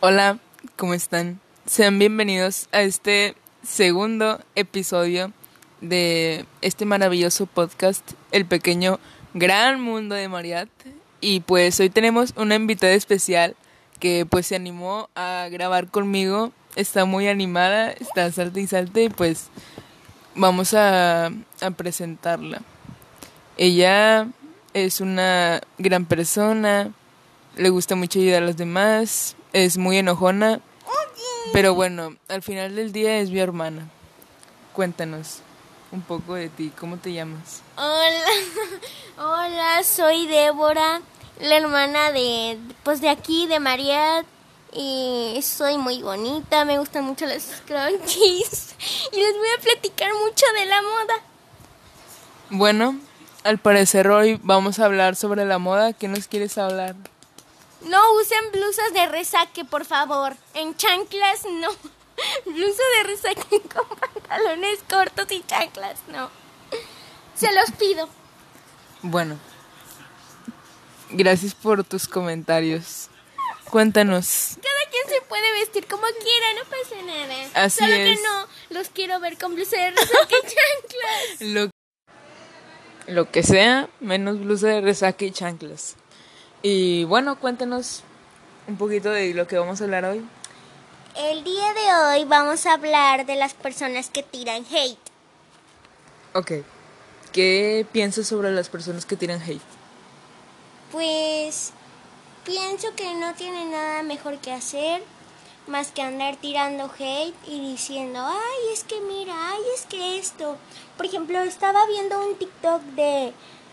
Hola, ¿cómo están? Sean bienvenidos a este segundo episodio de este maravilloso podcast, El pequeño gran mundo de Mariat. Y pues hoy tenemos una invitada especial que pues se animó a grabar conmigo. Está muy animada, está salte y salte y pues vamos a presentarla. Ella es una gran persona, le gusta mucho ayudar a los demás, es muy enojona, pero bueno, al final del día es mi hermana. Cuéntanos un poco de ti, ¿cómo te llamas? Hola, hola, soy Débora, la hermana de aquí, de Mariat, y soy muy bonita, me gustan mucho los scrunchies, y les voy a platicar mucho de la moda. Bueno, al parecer hoy vamos a hablar sobre la moda. ¿Qué nos quieres hablar? No usen blusas de resaque, por favor, en chanclas no, blusa de resaque con pantalones cortos y chanclas no, se los pido. Bueno, gracias por tus comentarios. Cuéntanos. Cada quien se puede vestir como quiera, no pasa nada. Así Solo es. que no los quiero ver con blusa de resaque y chanclas. Lo que sea, menos blusa de resaque y chanclas. Y bueno, cuéntanos un poquito de lo que vamos a hablar hoy. El día de hoy vamos a hablar de las personas que tiran hate. Ok. ¿Qué piensas sobre las personas que tiran hate? Pues pienso que no tienen nada mejor que hacer más que andar tirando hate y diciendo, ay, es que mira, ay, es que esto. Por ejemplo, estaba viendo un TikTok de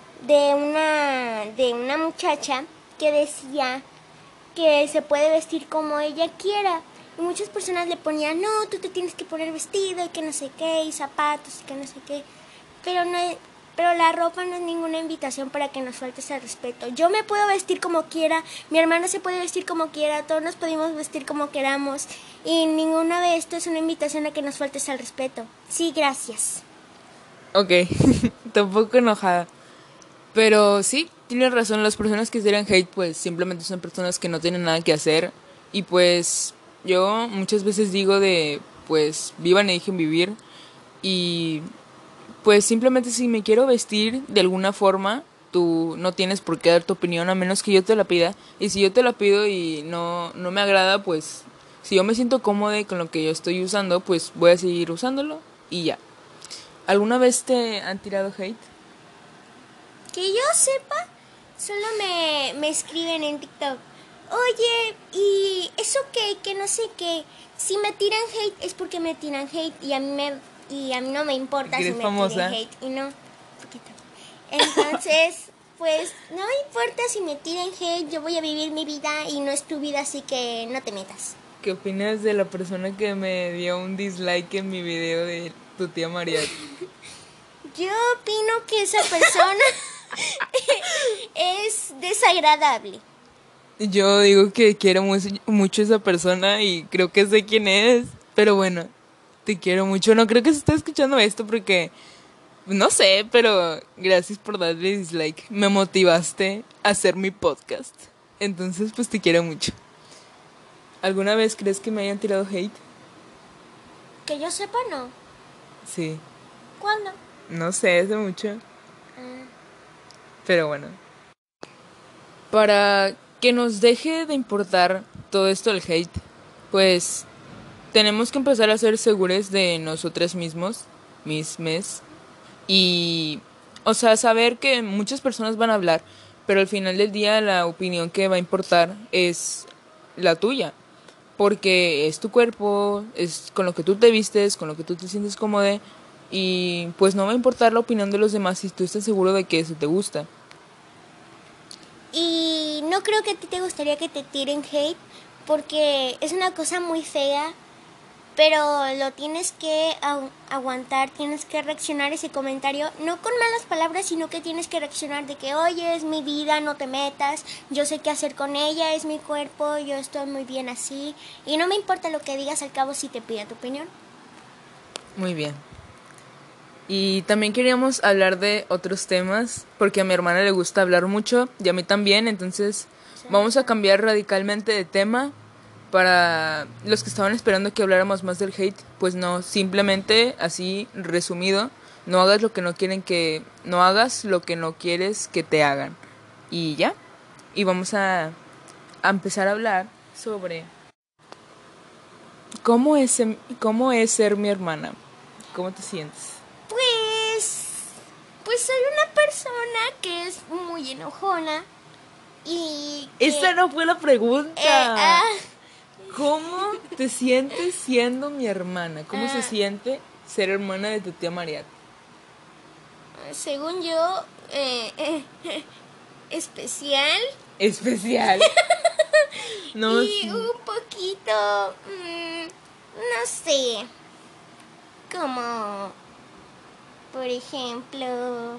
una muchacha que decía que se puede vestir como ella quiera. Y muchas personas le ponían, no, tú te tienes que poner vestido y que no sé qué, y zapatos y que no sé qué. Pero la ropa no es ninguna invitación para que nos faltes el respeto. Yo me puedo vestir como quiera, mi hermana se puede vestir como quiera, todos nos podemos vestir como queramos. Y ninguno de esto es una invitación a que nos faltes el respeto. Sí, gracias. Ok, tampoco enojada. Pero sí, tienes razón, las personas que tiran hate pues simplemente son personas que no tienen nada que hacer. Y pues yo muchas veces digo pues vivan y dejen vivir. Y pues simplemente si me quiero vestir de alguna forma, tú no tienes por qué dar tu opinión a menos que yo te la pida. Y si yo te la pido y no me agrada, pues si yo me siento cómoda con lo que yo estoy usando, pues voy a seguir usándolo y ya. ¿Alguna vez te han tirado hate? Que yo sepa, solo me escriben en TikTok. Oye, ¿y eso qué? Que no sé qué. Si me tiran hate es porque me tiran hate y a mí no me importa si me tiran hate. Y no, poquito. Entonces, pues no me importa si me tiran hate, yo voy a vivir mi vida y no es tu vida, así que no te metas. ¿Qué opinas de la persona que me dio un dislike en mi video de tu tía Mariat? Yo opino que esa persona es desagradable. Yo digo que quiero mucho a esa persona y creo que sé quién es, pero bueno, te quiero mucho. No creo que se esté escuchando esto porque, no sé, pero gracias por darle dislike. Me motivaste a hacer mi podcast. Entonces, pues te quiero mucho. ¿Alguna vez crees que me hayan tirado hate? Que yo sepa, no. Sí. ¿Cuándo? No sé, hace mucho. Pero bueno. Para que nos deje de importar todo esto del hate, pues tenemos que empezar a ser seguros de nosotros mismos, mismes, y, o sea, saber que muchas personas van a hablar, pero al final del día la opinión que va a importar es la tuya, porque es tu cuerpo, es con lo que tú te vistes, con lo que tú te sientes cómodo, y pues no va a importar la opinión de los demás si tú estás seguro de que eso te gusta. Y no creo que a ti te gustaría que te tiren hate, porque es una cosa muy fea, pero lo tienes que aguantar, tienes que reaccionar a ese comentario, no con malas palabras, sino que tienes que reaccionar de que, oye, es mi vida, no te metas, yo sé qué hacer con ella, es mi cuerpo, yo estoy muy bien así, y no me importa lo que digas, al cabo si te pide tu opinión. Muy bien. Y también queríamos hablar de otros temas, porque a mi hermana le gusta hablar mucho y a mí también, entonces vamos a cambiar radicalmente de tema para los que estaban esperando que habláramos más del hate, pues no, simplemente así resumido, no hagas lo que no quieren que, no hagas lo que no quieres que te hagan. Y ya, y vamos a empezar a hablar sobre cómo es ser mi hermana. ¿Cómo te sientes? Pues soy una persona que es muy enojona y que, esa no fue la pregunta. ¿Cómo te sientes siendo mi hermana? ¿Cómo se siente ser hermana de tu tía Mariat? según yo, especial. Especial. No, Y sí. un poquito, no sé, como, por ejemplo,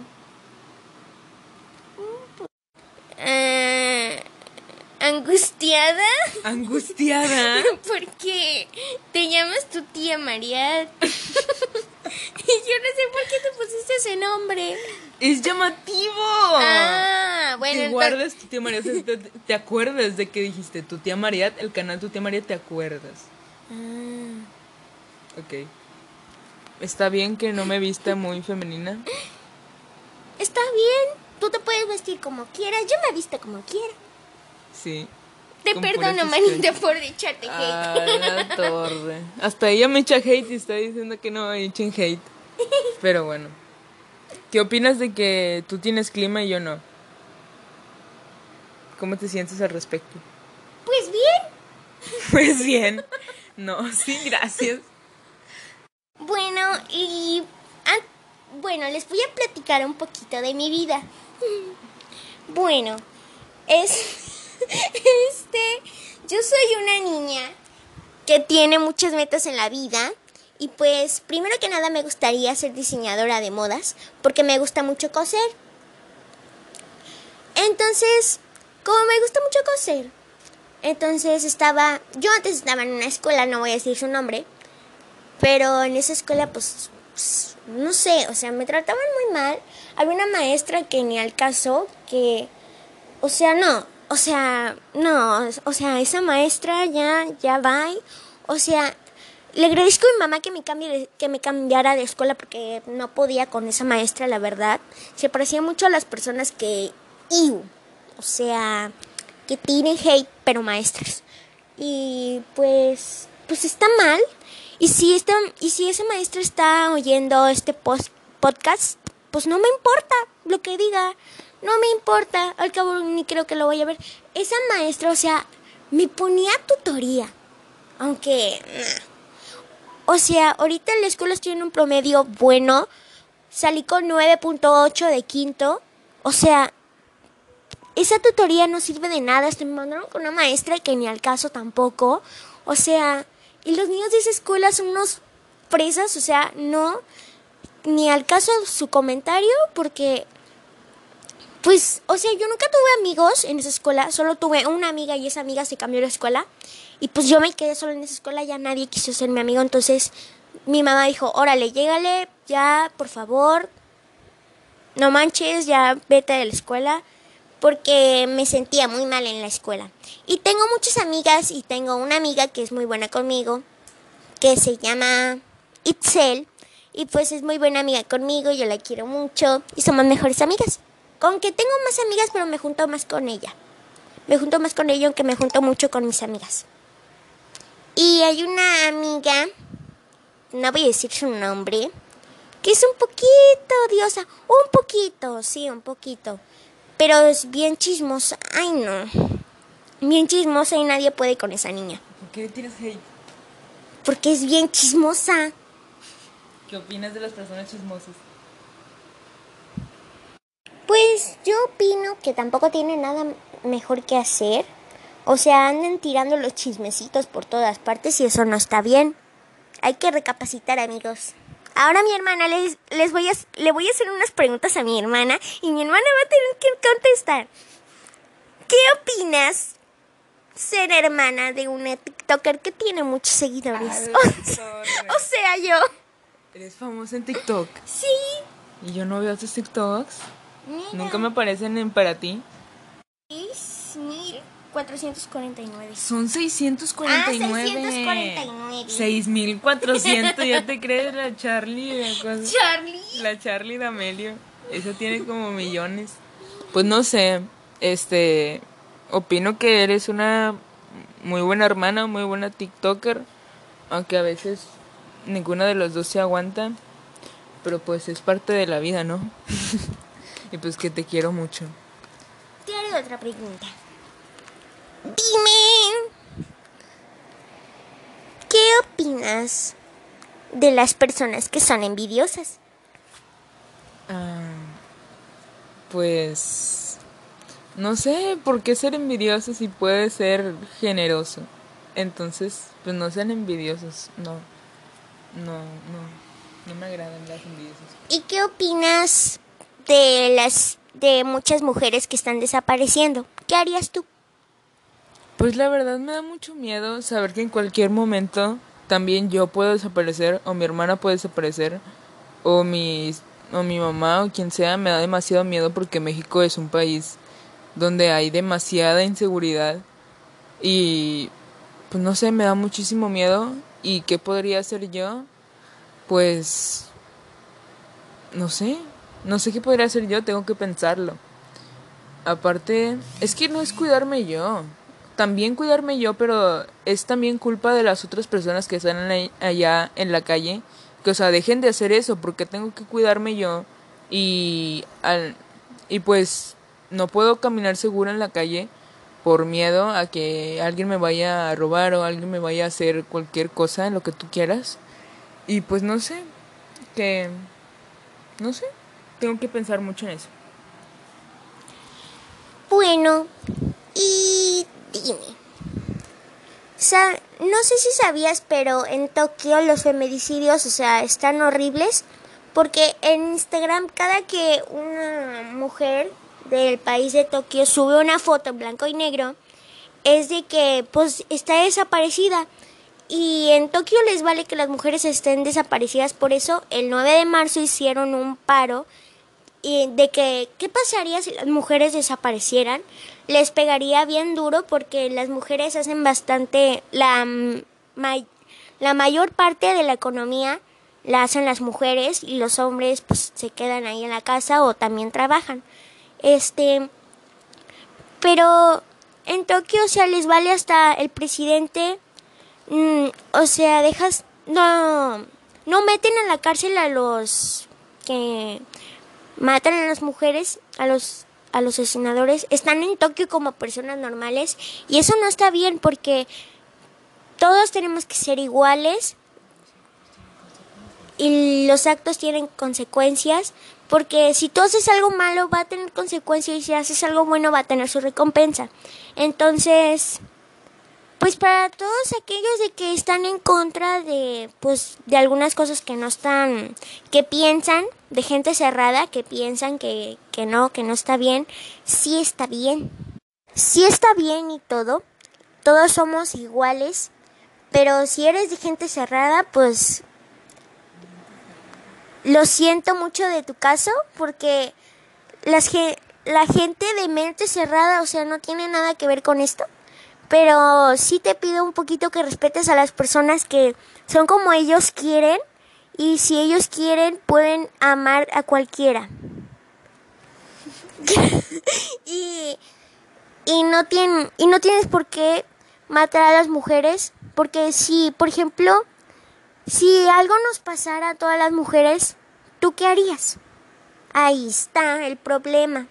angustiada. Angustiada. Porque te llamas tu tía Mariat. Y yo no sé por qué te pusiste ese nombre. Es llamativo. Bueno, Te guardas tu tía Mariat, o sea, te acuerdas de que dijiste tu tía Mariat, el canal tu tía Mariat, te acuerdas. Ok. Está bien que no me vista muy femenina. Está bien, tú te puedes vestir como quieras. Yo me visto como quiera. Sí. Te Con perdono, puras manita, por echarte hate. La torre. Hasta ella me echa hate y está diciendo que no me echen hate. Pero bueno. ¿Qué opinas de que tú tienes clima y yo no? ¿Cómo te sientes al respecto? Pues bien. Pues bien. No, sí, gracias. Bueno, bueno, les voy a platicar un poquito de mi vida. Bueno, yo soy una niña que tiene muchas metas en la vida y pues primero que nada me gustaría ser diseñadora de modas porque me gusta mucho coser. Entonces, como me gusta mucho coser, yo antes estaba en una escuela, no voy a decir su nombre, pero en esa escuela pues no sé, o sea, me trataban muy mal. Había una maestra que ni al caso, esa maestra ya va. O sea, le agradezco a mi mamá que me cambiara de escuela porque no podía con esa maestra, la verdad. Se parecía mucho a las personas o sea, que tienen hate, pero maestras. Y pues está mal. Y si esa maestra está oyendo este podcast, pues no me importa lo que diga. No me importa, al cabo ni creo que lo vaya a ver. Esa maestra, o sea, me ponía tutoría. Aunque, o sea, ahorita en la escuela estoy en un promedio bueno. Salí con 9.8 de quinto. O sea, esa tutoría no sirve de nada. Me mandaron con una maestra que ni al caso tampoco. O sea, y los niños de esa escuela son unos fresas. O sea, no, ni al caso su comentario porque... Pues, o sea, yo nunca tuve amigos en esa escuela, solo tuve una amiga y esa amiga se cambió de escuela. Y pues yo me quedé solo en esa escuela, ya nadie quiso ser mi amigo. Entonces mi mamá dijo, órale, llégale, ya, por favor, no manches, ya vete de la escuela. Porque me sentía muy mal en la escuela. Y tengo muchas amigas y tengo una amiga que es muy buena conmigo, que se llama Itzel. Y pues es muy buena amiga conmigo, yo la quiero mucho y somos mejores amigas. Con que tengo más amigas, pero me junto más con ella. Me junto más con ella, aunque me junto mucho con mis amigas. Y hay una amiga, no voy a decir su nombre, que es un poquito odiosa. Un poquito, sí, un poquito. Pero es bien chismosa. Ay, no. Bien chismosa y nadie puede con esa niña. ¿Por qué tienes hate? Porque es bien chismosa. ¿Qué opinas de las personas chismosas? Pues yo opino que tampoco tiene nada mejor que hacer. O sea, andan tirando los chismecitos por todas partes y eso no está bien. Hay que recapacitar, amigos. Ahora mi hermana, le voy a hacer unas preguntas a mi hermana y mi hermana va a tener que contestar. ¿Qué opinas ser hermana de una TikToker que tiene muchos seguidores? O sea, yo. ¿Eres famosa en TikTok? Sí. ¿Y yo no veo tus TikToks? Mira. Nunca me aparecen para ti. Mira. 449. Son 649. 649. 6400, ¿ya te crees la Charlie? Charlie. La Charlie D'Amelio. Eso tiene como millones. Pues no sé, opino que eres una muy buena hermana, muy buena TikToker, aunque a veces ninguna de los dos se aguanta, pero pues es parte de la vida, ¿no? Y pues que te quiero mucho. Te haré otra pregunta. Dime, ¿qué opinas de las personas que son envidiosas? Pues no sé por qué ser envidioso si puede ser generoso. Entonces, pues no sean envidiosos. No me agradan las envidiosas. ¿Y qué opinas de muchas mujeres que están desapareciendo? ¿Qué harías tú? Pues la verdad me da mucho miedo saber que en cualquier momento también yo puedo desaparecer, o mi hermana puede desaparecer, o mi mamá o quien sea. Me da demasiado miedo porque México es un país donde hay demasiada inseguridad y pues no sé, me da muchísimo miedo. ¿Y qué podría hacer yo? Pues no sé qué podría hacer yo, tengo que pensarlo. Aparte, es que no es cuidarme yo, también cuidarme yo, pero es también culpa de las otras personas que están allá en la calle, que o sea, dejen de hacer eso, porque tengo que cuidarme yo y pues no puedo caminar segura en la calle por miedo a que alguien me vaya a robar o alguien me vaya a hacer cualquier cosa, en lo que tú quieras. Y pues no sé, tengo que pensar mucho en eso. Bueno, y dime, no sé si sabías, pero en Tokio los feminicidios, o sea, están horribles, porque en Instagram cada que una mujer del país de Tokio sube una foto en blanco y negro, es de que pues está desaparecida. Y en Tokio les vale que las mujeres estén desaparecidas, por eso el 9 de marzo hicieron un paro y de que qué pasaría si las mujeres desaparecieran. Les pegaría bien duro porque las mujeres hacen bastante la mayor parte de la economía la hacen las mujeres y los hombres pues se quedan ahí en la casa o también trabajan. Pero en Tokio, o sea, les vale hasta el presidente, o sea, no meten a la cárcel a los que matan a las mujeres, a los asesinadores. Están en Tokio como personas normales y eso no está bien porque todos tenemos que ser iguales y los actos tienen consecuencias, porque si tú haces algo malo va a tener consecuencias y si haces algo bueno va a tener su recompensa. Entonces, pues para todos aquellos de que están en contra de de algunas cosas que no están, que piensan, de gente cerrada que piensan que no está bien, sí está bien. Sí está bien y todo. Todos somos iguales, pero si eres de gente cerrada, pues lo siento mucho de tu caso, porque la gente de mente cerrada, o sea, no tiene nada que ver con esto. Pero sí te pido un poquito que respetes a las personas que son como ellos quieren. Y si ellos quieren, pueden amar a cualquiera. y no tienes por qué matar a las mujeres. Porque si, por ejemplo, si algo nos pasara a todas las mujeres, ¿tú qué harías? Ahí está el problema.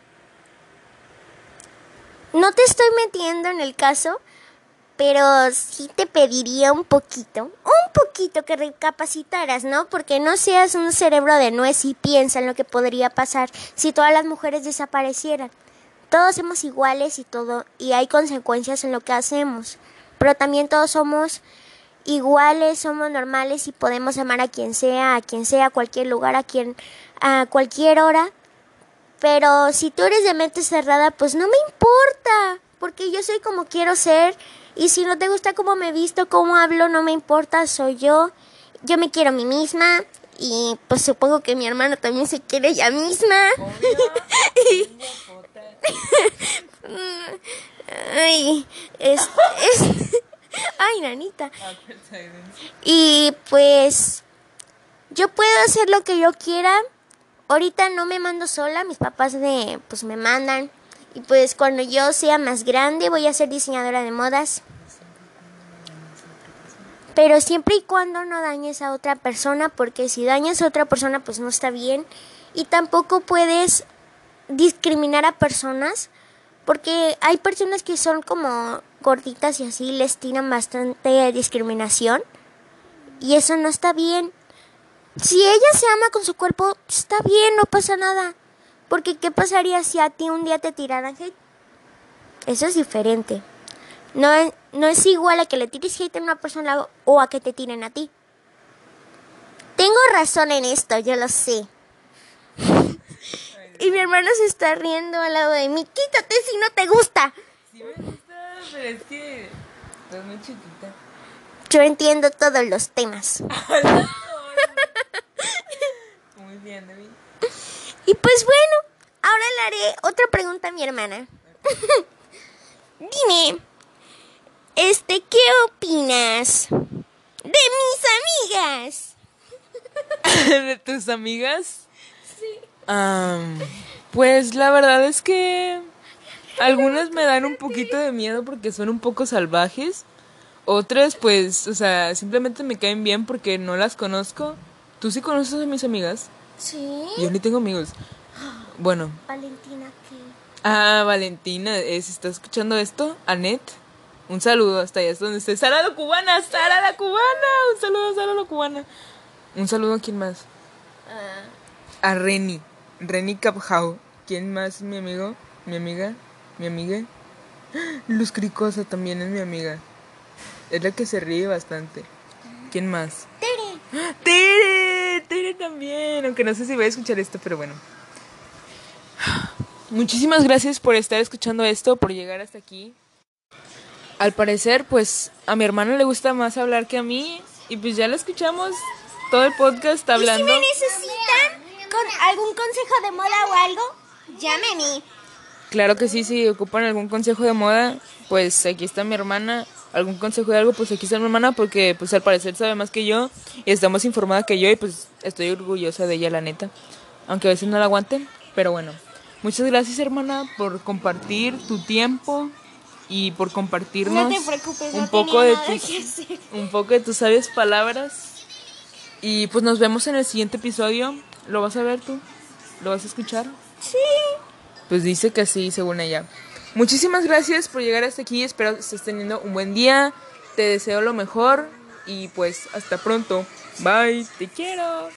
No te estoy metiendo en el caso, pero sí te pediría un poquito que recapacitaras, ¿no? Porque no seas un cerebro de nuez y piensa en lo que podría pasar si todas las mujeres desaparecieran. Todos somos iguales y todo, y hay consecuencias en lo que hacemos, pero también todos somos iguales, somos normales y podemos amar a quien sea, a cualquier lugar, a cualquier hora. Pero si tú eres de mente cerrada, pues no me importa, porque yo soy como quiero ser. Y si no te gusta cómo me visto, cómo hablo, no me importa, soy yo. Yo me quiero a mí misma. Y pues supongo que mi hermana también se quiere ella misma. Ay, ay, nanita. Y pues yo puedo hacer lo que yo quiera. Ahorita no me mando sola, mis papás pues me mandan. Y pues cuando yo sea más grande voy a ser diseñadora de modas. Pero siempre y cuando no dañes a otra persona, porque si dañas a otra persona pues no está bien. Y tampoco puedes discriminar a personas, porque hay personas que son como gorditas y así les tiran bastante discriminación. Y eso no está bien. Si ella se ama con su cuerpo, está bien, no pasa nada. Porque ¿qué pasaría si a ti un día te tiraran hate? Eso es diferente. No es igual a que le tires hate a una persona o a que te tiren a ti. Tengo razón en esto, yo lo sé. Y mi hermano se está riendo al lado de mí. Quítate si no te gusta. Sí me gusta, pero es que estás muy chiquita. Yo entiendo todos los temas. Muy bien, David. Y pues bueno, ahora le haré otra pregunta a mi hermana. Dime, ¿qué opinas de mis amigas? ¿De tus amigas? Sí. Pues la verdad es que algunas me dan un poquito de miedo porque son un poco salvajes. Otras, pues, o sea, simplemente me caen bien porque no las conozco. ¿Tú sí conoces a mis amigas? Sí. Yo ni tengo amigos. Bueno. Valentina, ¿qué? Valentina, ¿estás escuchando esto? Anet, un saludo hasta allá, es donde esté. Sara la Cubana, Sara la Cubana. Un saludo a Sara la Cubana. Un saludo a quién más. A Reni Capjao. ¿Quién más es mi amigo? Mi amiga. Luz Cricosa también es mi amiga. Es la que se ríe bastante. ¿Quién más? Tere también. Aunque no sé si voy a escuchar esto, pero bueno. Muchísimas gracias por estar escuchando esto, por llegar hasta aquí. Al parecer, pues a mi hermano le gusta más hablar que a mí. Y pues ya lo escuchamos todo el podcast hablando. ¿Y si me necesitan con algún consejo de moda o algo? Llámenme. Claro que sí, si ocupan algún consejo de moda, pues aquí está mi hermana. Algún consejo de algo, pues aquí está mi hermana, porque pues al parecer sabe más que yo y está más informada que yo y pues estoy orgullosa de ella, la neta. Aunque a veces no la aguante, pero bueno. Muchas gracias, hermana, por compartir tu tiempo y por compartirnos No te preocupes, un no poco tenía de nada que hacer. un poco de tus sabias palabras. Y pues nos vemos en el siguiente episodio. ¿Lo vas a ver tú? ¿Lo vas a escuchar? Sí. Pues dice que sí, según ella. Muchísimas gracias por llegar hasta aquí. Espero que estés teniendo un buen día. Te deseo lo mejor. Y pues hasta pronto. Bye. Te quiero.